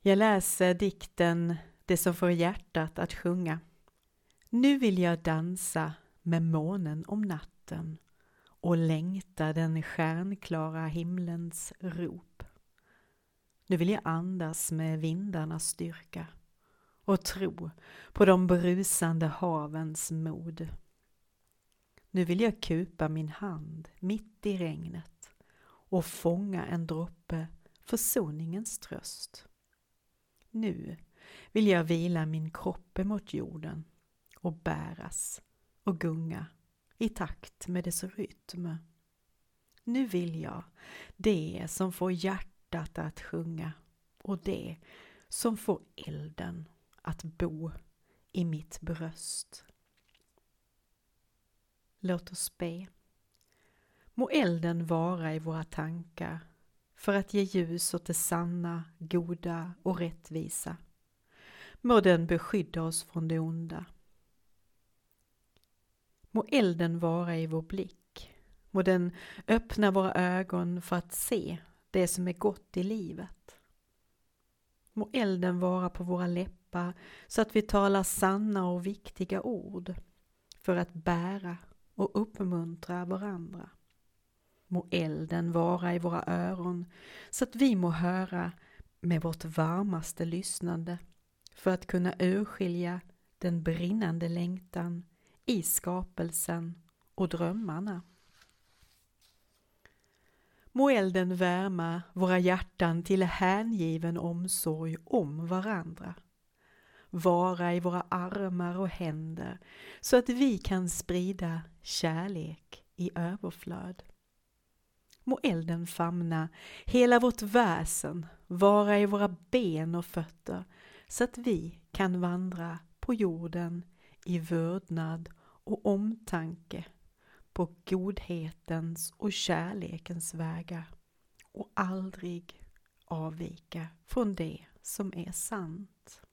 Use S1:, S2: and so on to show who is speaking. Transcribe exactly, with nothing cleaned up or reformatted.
S1: Jag läser dikten Det som får hjärtat att sjunga. Nu vill jag dansa med månen om natten och längta den stjärnklara himlens rop. Nu vill jag andas med vindarnas styrka och tro på de brusande havens mod. Nu vill jag kupa min hand mitt i regnet och fånga en droppe försoningens tröst. Nu vill jag vila min kropp mot jorden och bäras och gunga i takt med dess rytm. Nu vill jag det som får hjärtat att sjunga och det som får elden att bo i mitt bröst. Låt oss be. Må elden vara i våra tankar för att ge ljus åt det sanna, goda och rättvisa. Må den beskydda oss från det onda. Må elden vara i vår blick. Må den öppna våra ögon för att se det som är gott i livet. Må elden vara på våra läppar så att vi talar sanna och viktiga ord för att bära och uppmuntra varandra. Må elden vara i våra öron så att vi må höra med vårt varmaste lyssnande för att kunna urskilja den brinnande längtan i skapelsen och drömmarna. Må elden värma våra hjärtan till hängiven omsorg om varandra. Vara i våra armar och händer så att vi kan sprida kärlek i överflöd. Må elden famna hela vårt väsen, vara i våra ben och fötter så att vi kan vandra på jorden i vördnad och omtanke på godhetens och kärlekens vägar och aldrig avvika från det som är sant.